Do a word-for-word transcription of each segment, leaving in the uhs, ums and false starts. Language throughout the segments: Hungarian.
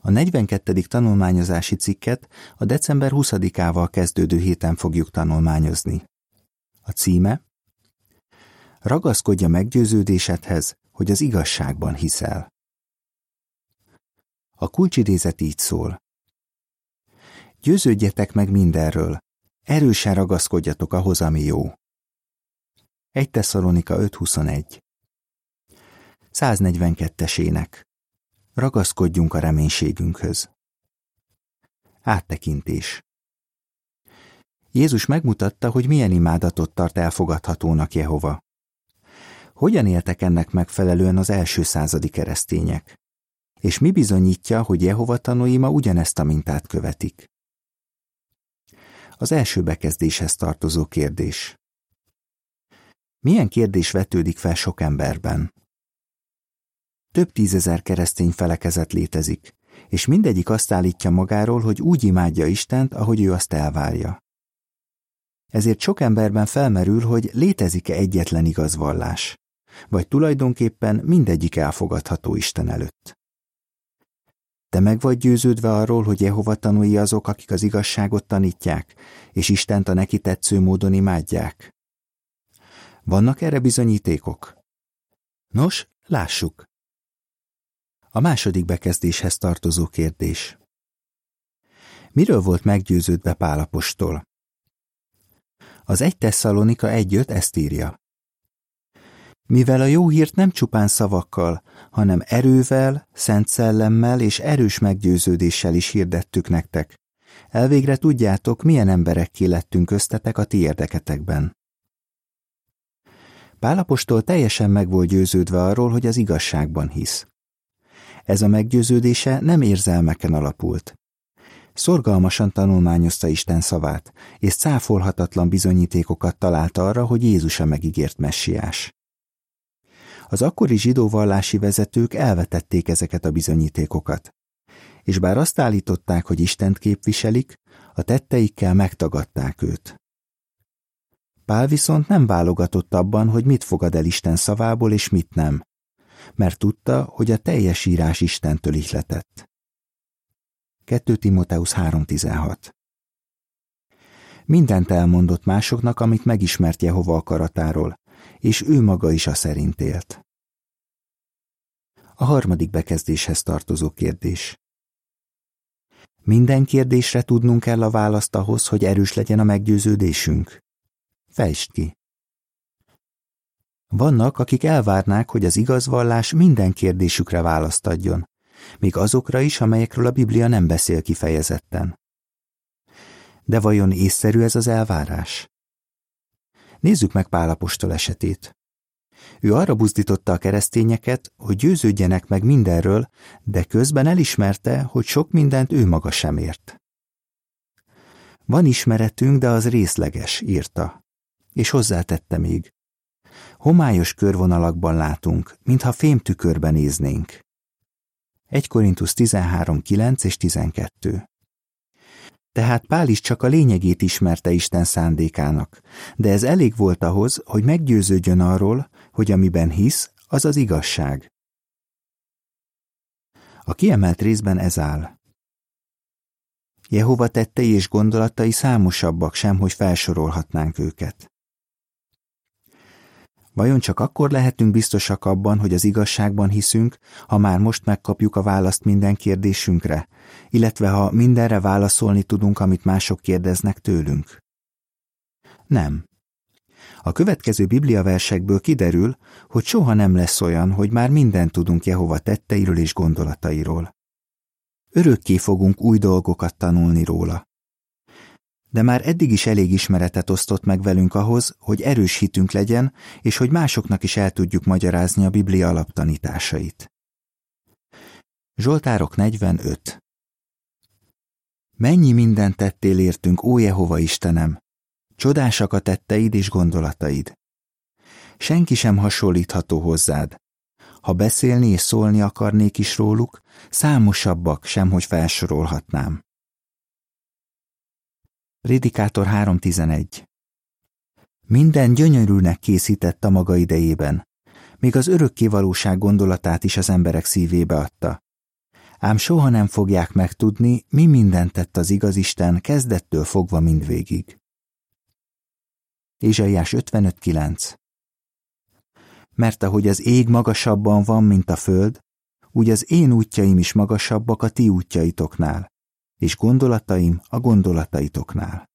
A negyvenkettedik tanulmányozási cikket a december huszadikával kezdődő héten fogjuk tanulmányozni. A címe: Ragaszkodj a meggyőződésedhez, hogy az igazságban hiszel. A kulcsidézet így szól: Győződjetek meg mindenről, erősen ragaszkodjatok ahhoz, ami jó. egy Tesszalonika öt huszonegy. száznegyvenkettes ének. Ragaszkodjunk a reménységünkhöz. Áttekintés. Jézus megmutatta, hogy milyen imádatot tart elfogadhatónak Jehova. Hogyan éltek ennek megfelelően az első századi keresztények? És mi bizonyítja, hogy Jehova tanúi ma ugyanezt a mintát követik? Az első bekezdéshez tartozó kérdés. Milyen kérdés vetődik fel sok emberben? Több tízezer keresztény felekezet létezik, és mindegyik azt állítja magáról, hogy úgy imádja Istent, ahogy ő azt elvárja. Ezért sok emberben felmerül, hogy létezik-e egyetlen igaz vallás, vagy tulajdonképpen mindegyik elfogadható Isten előtt. Te meg vagy győződve arról, hogy Jehova tanúi azok, akik az igazságot tanítják, és Istent a neki tetsző módon imádják? Vannak erre bizonyítékok? Nos, lássuk. A második bekezdéshez tartozó kérdés. Miről volt meggyőződve Pál apostol? Az egy Tesszalonika egy öt ezt írja. Mivel a jó hírt nem csupán szavakkal, hanem erővel, szent szellemmel és erős meggyőződéssel is hirdettük nektek, elvégre tudjátok, milyen emberekké lettünk köztetek a ti érdeketekben. Pál apostol teljesen meg volt győződve arról, hogy az igazságban hisz. Ez a meggyőződése nem érzelmeken alapult. Szorgalmasan tanulmányozta Isten szavát, és cáfolhatatlan bizonyítékokat talált arra, hogy Jézus a megígért messiás. Az akkori zsidó vallási vezetők elvetették ezeket a bizonyítékokat, és bár azt állították, hogy Istent képviselik, a tetteikkel megtagadták őt. Pál viszont nem válogatott abban, hogy mit fogad el Isten szavából és mit nem, mert tudta, hogy a teljes írás Istentől ihletett. kettő Timóteusz három tizenhat. Mindent elmondott másoknak, amit megismert Jehova akaratáról, és ő maga is a szerint élt. A harmadik bekezdéshez tartozó kérdés. Minden kérdésre tudnunk kell a választ ahhoz, hogy erős legyen a meggyőződésünk? Fejtsd ki! Vannak, akik elvárnák, hogy az igaz vallás minden kérdésükre választ adjon, még azokra is, amelyekről a Biblia nem beszél kifejezetten. De vajon észszerű ez az elvárás? Nézzük meg Pál apostol esetét. Ő arra buzdította a keresztényeket, hogy győződjenek meg mindenről, de közben elismerte, hogy sok mindent ő maga sem ért. Van ismeretünk, de az részleges, írta. És hozzátette még. Homályos körvonalakban látunk, mintha fémtükörben néznénk. egy Korintusz tizenhárom kilenc és tizenkettő. Tehát Pál is csak a lényegét ismerte Isten szándékának, de ez elég volt ahhoz, hogy meggyőződjön arról, hogy amiben hisz, az az igazság. A kiemelt részben ez áll. Jehova tettei és gondolatai számosabbak sem, hogy felsorolhatnánk őket. Vajon csak akkor lehetünk biztosak abban, hogy az igazságban hiszünk, ha már most megkapjuk a választ minden kérdésünkre, illetve ha mindenre válaszolni tudunk, amit mások kérdeznek tőlünk? Nem. A következő bibliaversekből kiderül, hogy soha nem lesz olyan, hogy már mindent tudunk Jehova tetteiről és gondolatairól. Örökké fogunk új dolgokat tanulni róla. De már eddig is elég ismeretet osztott meg velünk ahhoz, hogy erős hitünk legyen, és hogy másoknak is el tudjuk magyarázni a Biblia alaptanításait. Zsoltárok negyvenöt. Mennyi mindent tettél értünk, ó Jehova Istenem! Csodásak a tetteid és gondolataid. Senki sem hasonlítható hozzád. Ha beszélni és szólni akarnék is róluk, számosabbak sem, hogy felsorolhatnám. Prédikátor három tizenegy. Minden gyönyörűnek készített a maga idejében, még az örökkévalóság gondolatát is az emberek szívébe adta. Ám soha nem fogják megtudni, mi mindent tett az igaz Isten kezdettől fogva mindvégig. Ézsaiás ötvenöt kilenc. Mert ahogy az ég magasabban van, mint a föld, úgy az én útjaim is magasabbak a ti útjaitoknál, és gondolataim a gondolataitoknál.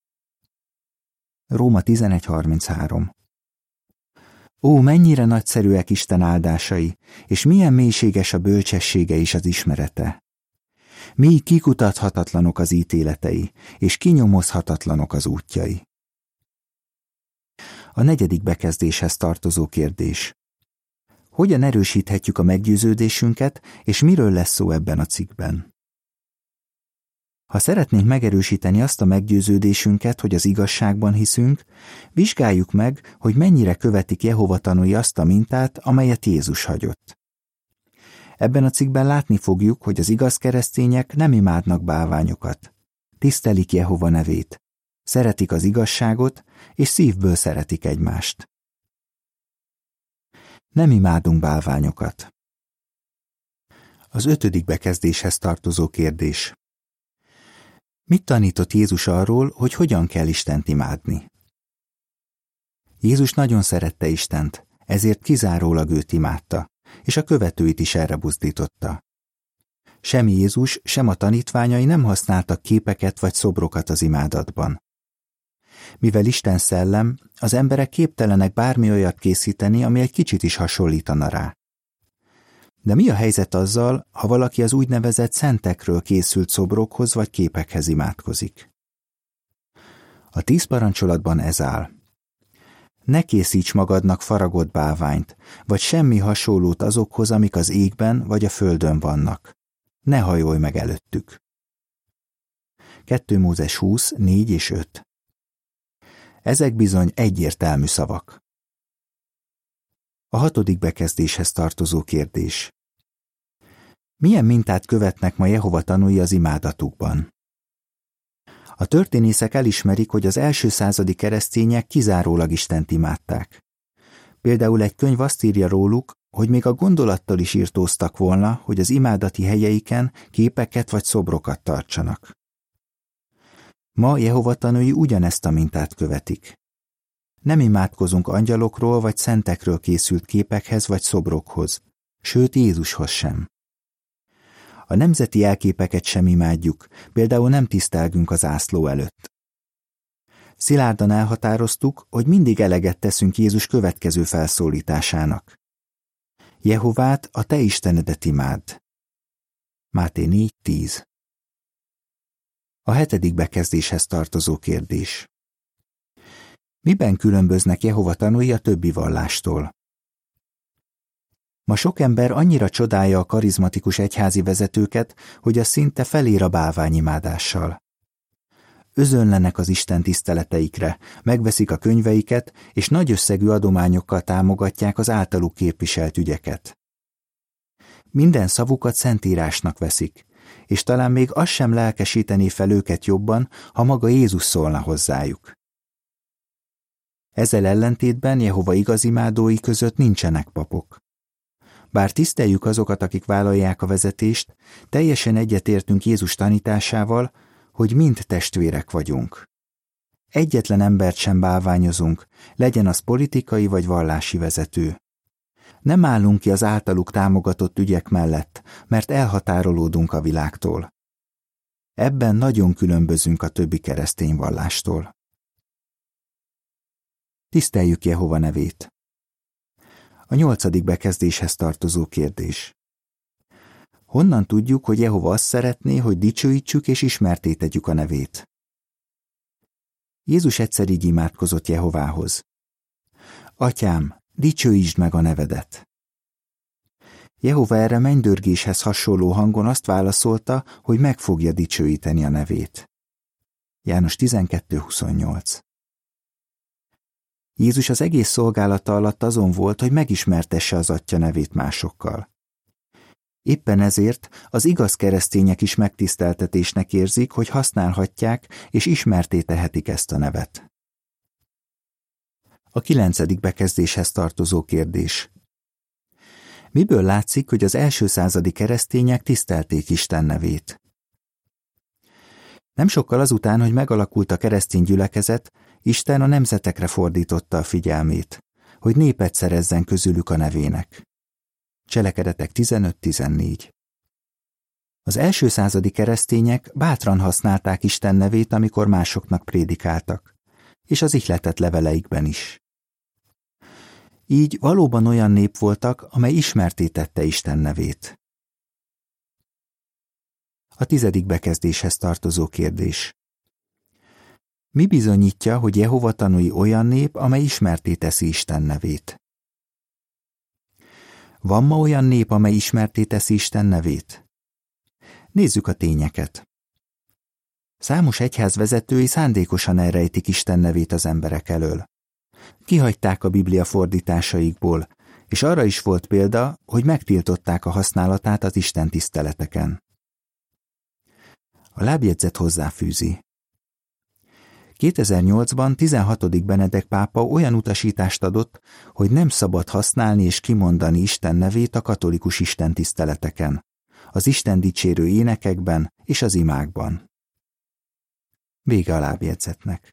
Róma tizenegy harminchárom. Ó, mennyire nagyszerűek Isten áldásai, és milyen mélységes a bölcsessége és az ismerete. Mi kikutathatatlanok az ítéletei, és kinyomozhatatlanok az útjai. A negyedik bekezdéshez tartozó kérdés. Hogyan erősíthetjük a meggyőződésünket, és miről lesz szó ebben a cikkben? Ha szeretnénk megerősíteni azt a meggyőződésünket, hogy az igazságban hiszünk, vizsgáljuk meg, hogy mennyire követik Jehova tanúi azt a mintát, amelyet Jézus hagyott. Ebben a cikkben látni fogjuk, hogy az igaz keresztények nem imádnak bálványokat. Tisztelik Jehova nevét, szeretik az igazságot, és szívből szeretik egymást. Nem imádunk bálványokat. Az ötödik bekezdéshez tartozó kérdés. Mit tanított Jézus arról, hogy hogyan kell Istent imádni? Jézus nagyon szerette Istent, ezért kizárólag őt imádta, és a követőit is erre buzdította. Sem Jézus, sem a tanítványai nem használtak képeket vagy szobrokat az imádatban. Mivel Isten szellem, az emberek képtelenek bármi olyat készíteni, ami egy kicsit is hasonlítana rá. De mi a helyzet azzal, ha valaki az úgynevezett szentekről készült szobrokhoz vagy képekhez imádkozik? A tíz parancsolatban ez áll. Ne készíts magadnak faragott bálványt, vagy semmi hasonlót azokhoz, amik az égben vagy a földön vannak. Ne hajolj meg előttük. kettő Mózes húsz, négy és öt. Ezek bizony egyértelmű szavak. A hatodik bekezdéshez tartozó kérdés. Milyen mintát követnek ma Jehova tanúi az imádatukban? A történészek elismerik, hogy az első századi keresztények kizárólag Istent imádták. Például egy könyv azt írja róluk, hogy még a gondolattal is irtóztak volna, hogy az imádati helyeiken képeket vagy szobrokat tartsanak. Ma Jehova tanúi ugyanezt a mintát követik. Nem imádkozunk angyalokról vagy szentekről készült képekhez vagy szobrokhoz, sőt Jézushoz sem. A nemzeti jelképeket sem imádjuk, például nem tisztelgünk az zászló előtt. Szilárdan elhatároztuk, hogy mindig eleget teszünk Jézus következő felszólításának. Jehovát, a te Istenedet imádd. Máté négy tíz. A hetedik bekezdéshez tartozó kérdés. Miben különböznek Jehova tanúi a többi vallástól? Ma sok ember annyira csodálja a karizmatikus egyházi vezetőket, hogy a szinte felér a bálványimádással. Özönlenek az Isten tiszteleteikre, megveszik a könyveiket, és nagy összegű adományokkal támogatják az általuk képviselt ügyeket. Minden szavukat szentírásnak veszik, és talán még az sem lelkesítené fel őket jobban, ha maga Jézus szólna hozzájuk. Ezzel ellentétben Jehova igazimádói között nincsenek papok. Bár tiszteljük azokat, akik vállalják a vezetést, teljesen egyetértünk Jézus tanításával, hogy mind testvérek vagyunk. Egyetlen embert sem bálványozunk, legyen az politikai vagy vallási vezető. Nem állunk ki az általuk támogatott ügyek mellett, mert elhatárolódunk a világtól. Ebben nagyon különbözünk a többi keresztény vallástól. Tiszteljük Jehova nevét. A nyolcadik bekezdéshez tartozó kérdés. Honnan tudjuk, hogy Jehova azt szeretné, hogy dicsőítsük és ismertétegyük a nevét? Jézus egyszer így imádkozott Jehovához. Atyám, dicsőítsd meg a nevedet. Jehova erre mennydörgéshez hasonló hangon azt válaszolta, hogy meg fogja dicsőíteni a nevét. János tizenkettő huszonnyolc. Jézus az egész szolgálata alatt azon volt, hogy megismertesse az Atya nevét másokkal. Éppen ezért az igaz keresztények is megtiszteltetésnek érzik, hogy használhatják és ismertté tehetik ezt a nevet. A kilencedik bekezdéshez tartozó kérdés. Miből látszik, hogy az első századi keresztények tisztelték Isten nevét? Nem sokkal azután, hogy megalakult a keresztény gyülekezet, Isten a nemzetekre fordította a figyelmét, hogy népet szerezzen közülük a nevének. Cselekedetek tizenöt tizennégy. Az első századi keresztények bátran használták Isten nevét, amikor másoknak prédikáltak, és az ihletett leveleikben is. Így valóban olyan nép voltak, amely ismertté tette Isten nevét. A tizedik bekezdéshez tartozó kérdés. Mi bizonyítja, hogy Jehova tanúi olyan nép, amely ismertté teszi Isten nevét? Van ma olyan nép, amely ismertté teszi Isten nevét? Nézzük a tényeket. Számos egyház vezetői szándékosan elrejtik Isten nevét az emberek elől. Kihagyták a Biblia fordításaikból, és arra is volt példa, hogy megtiltották a használatát az Isten tiszteleteken. A lábjegyzet hozzáfűzi. kétezer-nyolcban tizenhatodik Benedek pápa olyan utasítást adott, hogy nem szabad használni és kimondani Isten nevét a katolikus istentiszteleteken, az Isten dicsérő énekekben és az imákban. Vége a lábjegyzetnek.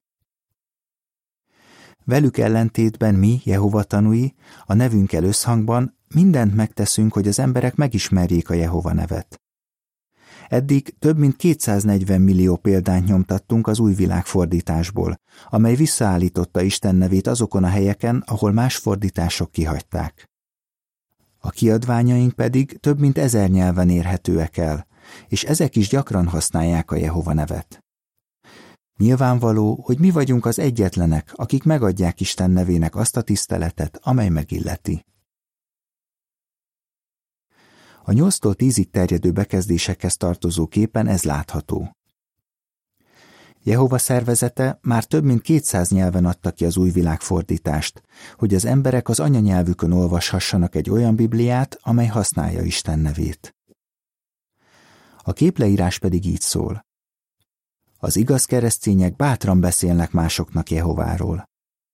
Velük ellentétben mi, Jehova tanúi, a nevünkkel összhangban mindent megteszünk, hogy az emberek megismerjék a Jehova nevet. Eddig több mint kétszáznegyven millió példányt nyomtattunk az új világfordításból, amely visszaállította Isten nevét azokon a helyeken, ahol más fordítások kihagyták. A kiadványaink pedig több mint ezer nyelven érhetőek el, és ezek is gyakran használják a Jehova nevet. Nyilvánvaló, hogy mi vagyunk az egyetlenek, akik megadják Isten nevének azt a tiszteletet, amely megilleti. A nyolctól tízig terjedő bekezdésekhez tartozó képen ez látható. Jehova szervezete már több mint kétszáz nyelven adta ki az új világfordítást, hogy az emberek az anyanyelvükön olvashassanak egy olyan Bibliát, amely használja Isten nevét. A képleírás pedig így szól. Az igaz keresztények bátran beszélnek másoknak Jehováról.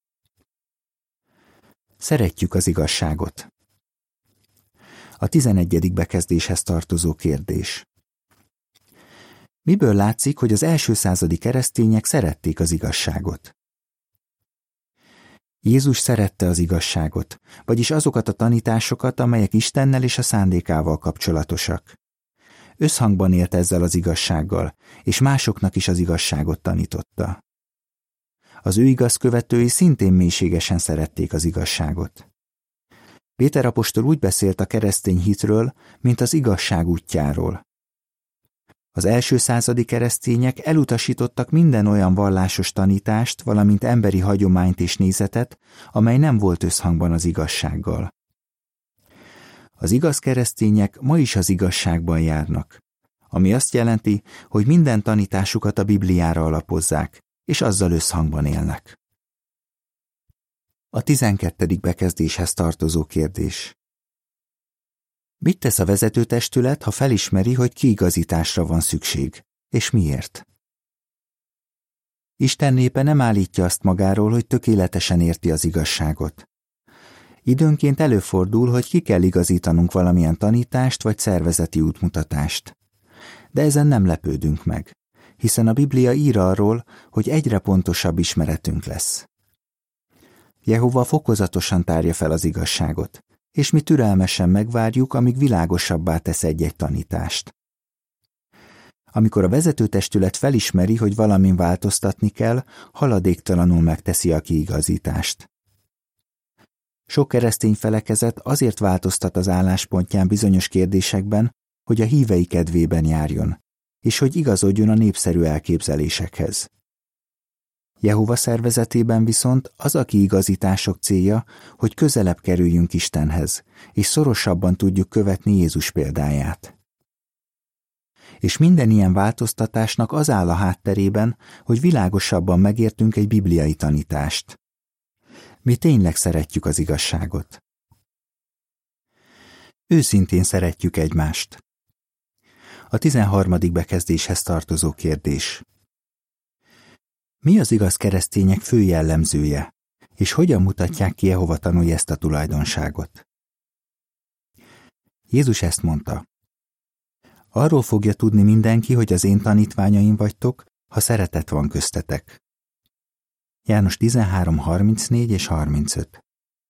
Szeretjük az igazságot. A tizenegyedik bekezdéshez tartozó kérdés. Miből látszik, hogy az első századi keresztények szerették az igazságot? Jézus szerette az igazságot, vagyis azokat a tanításokat, amelyek Istennel és a szándékával kapcsolatosak. Összhangban élt ezzel az igazsággal, és másoknak is az igazságot tanította. Az ő igaz követői szintén mélységesen szerették az igazságot. Péter apostol úgy beszélt a keresztény hitről, mint az igazság útjáról. Az első századi keresztények elutasítottak minden olyan vallásos tanítást, valamint emberi hagyományt és nézetet, amely nem volt összhangban az igazsággal. Az igaz keresztények ma is az igazságban járnak, ami azt jelenti, hogy minden tanításukat a Bibliára alapozzák, és azzal összhangban élnek. A tizenkettedik bekezdéshez tartozó kérdés. Mit tesz a vezetőtestület, ha felismeri, hogy kiigazításra van szükség, és miért? Isten népe nem állítja azt magáról, hogy tökéletesen érti az igazságot. Időnként előfordul, hogy ki kell igazítanunk valamilyen tanítást vagy szervezeti útmutatást. De ezen nem lepődünk meg, hiszen a Biblia ír arról, hogy egyre pontosabb ismeretünk lesz. Jehova fokozatosan tárja fel az igazságot, és mi türelmesen megvárjuk, amíg világosabbá tesz egy-egy tanítást. Amikor a vezetőtestület felismeri, hogy valamin változtatni kell, haladéktalanul megteszi a kiigazítást. Sok keresztény felekezet azért változtat az álláspontján bizonyos kérdésekben, hogy a hívei kedvében járjon, és hogy igazodjon a népszerű elképzelésekhez. Jehova szervezetében viszont az a kiigazítások célja, hogy közelebb kerüljünk Istenhez, és szorosabban tudjuk követni Jézus példáját. És minden ilyen változtatásnak az áll a hátterében, hogy világosabban megértünk egy bibliai tanítást. Mi tényleg szeretjük az igazságot. Őszintén szeretjük egymást. A tizenharmadik bekezdéshez tartozó kérdés. Mi az igaz keresztények fő jellemzője, és hogyan mutatják ki Jehova tanúi ezt a tulajdonságot? Jézus ezt mondta: arról fogja tudni mindenki, hogy az én tanítványaim vagytok, ha szeretet van köztetek. János tizenhárom harmincnégy és harmincöt.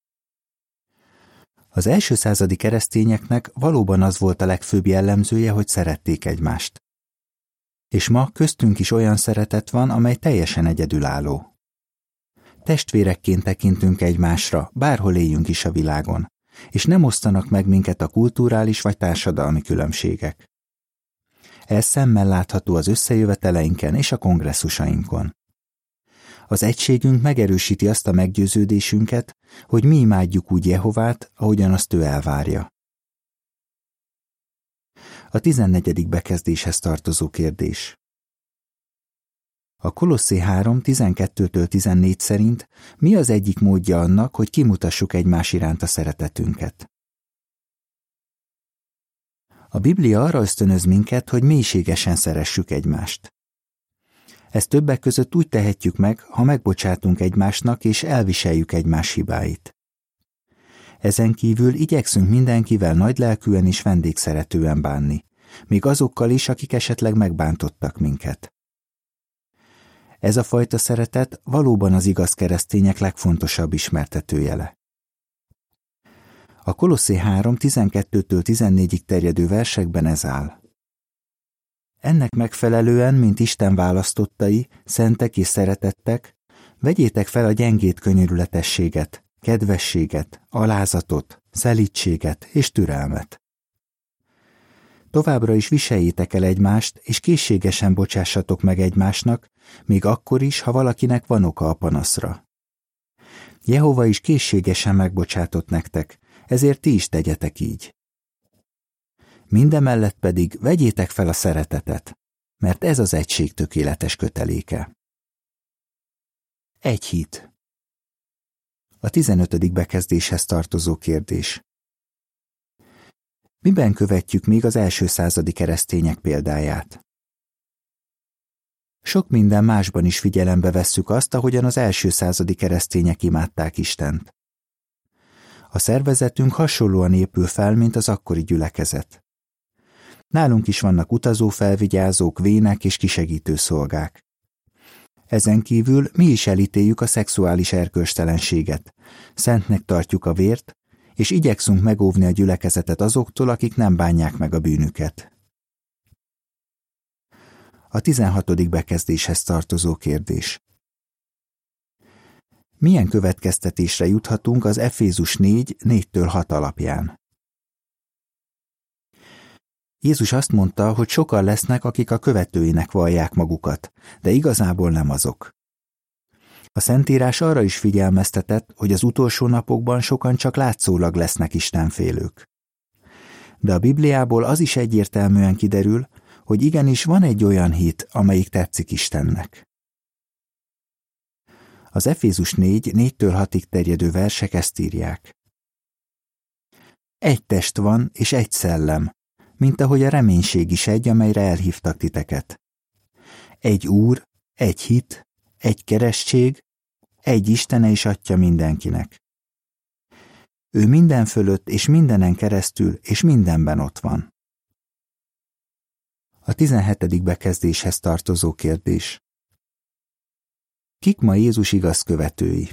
Az első századi keresztényeknek valóban az volt a legfőbb jellemzője, hogy szerették egymást. És ma köztünk is olyan szeretet van, amely teljesen egyedülálló. Testvérekként tekintünk egymásra, bárhol éljünk is a világon, és nem osztanak meg minket a kulturális vagy társadalmi különbségek. Ez szemmel látható az összejöveteleinken és a kongresszusainkon. Az egységünk megerősíti azt a meggyőződésünket, hogy mi imádjuk úgy Jehovát, ahogyan azt ő elvárja. A tizennegyedik bekezdéshez tartozó kérdés. A Kolosszé három tizenkettőtől tizennégy szerint mi az egyik módja annak, hogy kimutassuk egymás iránt a szeretetünket? A Biblia arra ösztönöz minket, hogy mélységesen szeressük egymást. Ezt többek között úgy tehetjük meg, ha megbocsátunk egymásnak és elviseljük egymás hibáit. Ezen kívül igyekszünk mindenkivel nagylelkűen és vendégszeretően bánni, még azokkal is, akik esetleg megbántottak minket. Ez a fajta szeretet valóban az igaz keresztények legfontosabb ismertetőjele. A Kolosszé három tizenkettőtől tizennégyig terjedő versekben ez áll. Ennek megfelelően, mint Isten választottai, szentek és szeretettek, vegyétek fel a gyengét könyörületességet, kedvességet, alázatot, szelídséget és türelmet. Továbbra is viseljétek el egymást, és készségesen bocsássatok meg egymásnak, még akkor is, ha valakinek van oka a panaszra. Jehova is készségesen megbocsátott nektek, ezért ti is tegyetek így. Mindemellett pedig vegyétek fel a szeretetet, mert ez az egység tökéletes köteléke. Egy hit. A tizenötödik bekezdéshez tartozó kérdés. Miben követjük még az első századi keresztények példáját? Sok minden másban is figyelembe vesszük azt, ahogyan az első századi keresztények imádták Istent. A szervezetünk hasonlóan épül fel, mint az akkori gyülekezet. Nálunk is vannak utazófelvigyázók, vének és kisegítő szolgák. Ezen kívül mi is elítéljük a szexuális erkölcstelenséget, szentnek tartjuk a vért, és igyekszünk megóvni a gyülekezetet azoktól, akik nem bánják meg a bűnüket. A tizenhatodik bekezdéshez tartozó kérdés. Milyen következtetésre juthatunk az Efézus négy négytől hat alapján? Jézus azt mondta, hogy sokan lesznek, akik a követőinek vallják magukat, de igazából nem azok. A Szentírás arra is figyelmeztetett, hogy az utolsó napokban sokan csak látszólag lesznek istenfélők. De a Bibliából az is egyértelműen kiderül, hogy igenis van egy olyan hit, amelyik tetszik Istennek. Az Efézus négy négytől hatig terjedő versek ezt írják. Egy test van és egy szellem, mint ahogy a reménység is egy, amelyre elhívtak titeket. Egy Úr, egy hit, egy keresztség, egy Istene és Atya mindenkinek. Ő minden fölött és mindenen keresztül és mindenben ott van. A tizenhetedik bekezdéshez tartozó kérdés. Kik ma Jézus igaz követői?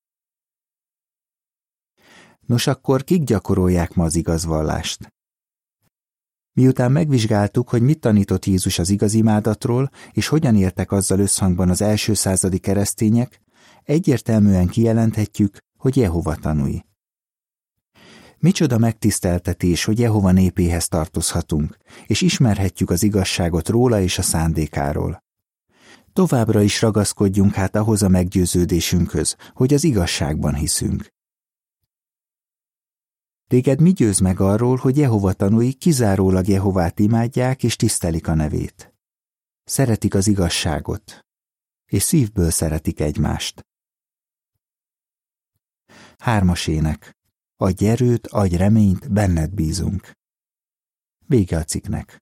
Nos, akkor kik gyakorolják ma az igaz vallást? Miután megvizsgáltuk, hogy mit tanított Jézus az igaz imádatról, és hogyan éltek azzal összhangban az első századi keresztények, egyértelműen kijelenthetjük, hogy Jehova tanúi. Micsoda megtiszteltetés, hogy Jehova népéhez tartozhatunk, és ismerhetjük az igazságot róla és a szándékáról. Továbbra is ragaszkodjunk hát ahhoz a meggyőződésünkhöz, hogy az igazságban hiszünk. Téged mi győz meg arról, hogy Jehova tanúi kizárólag Jehovát imádják és tisztelik a nevét? Szeretik az igazságot, és szívből szeretik egymást. Hármas ének. Adj erőt, adj reményt, benned bízunk. Vége a cikknek.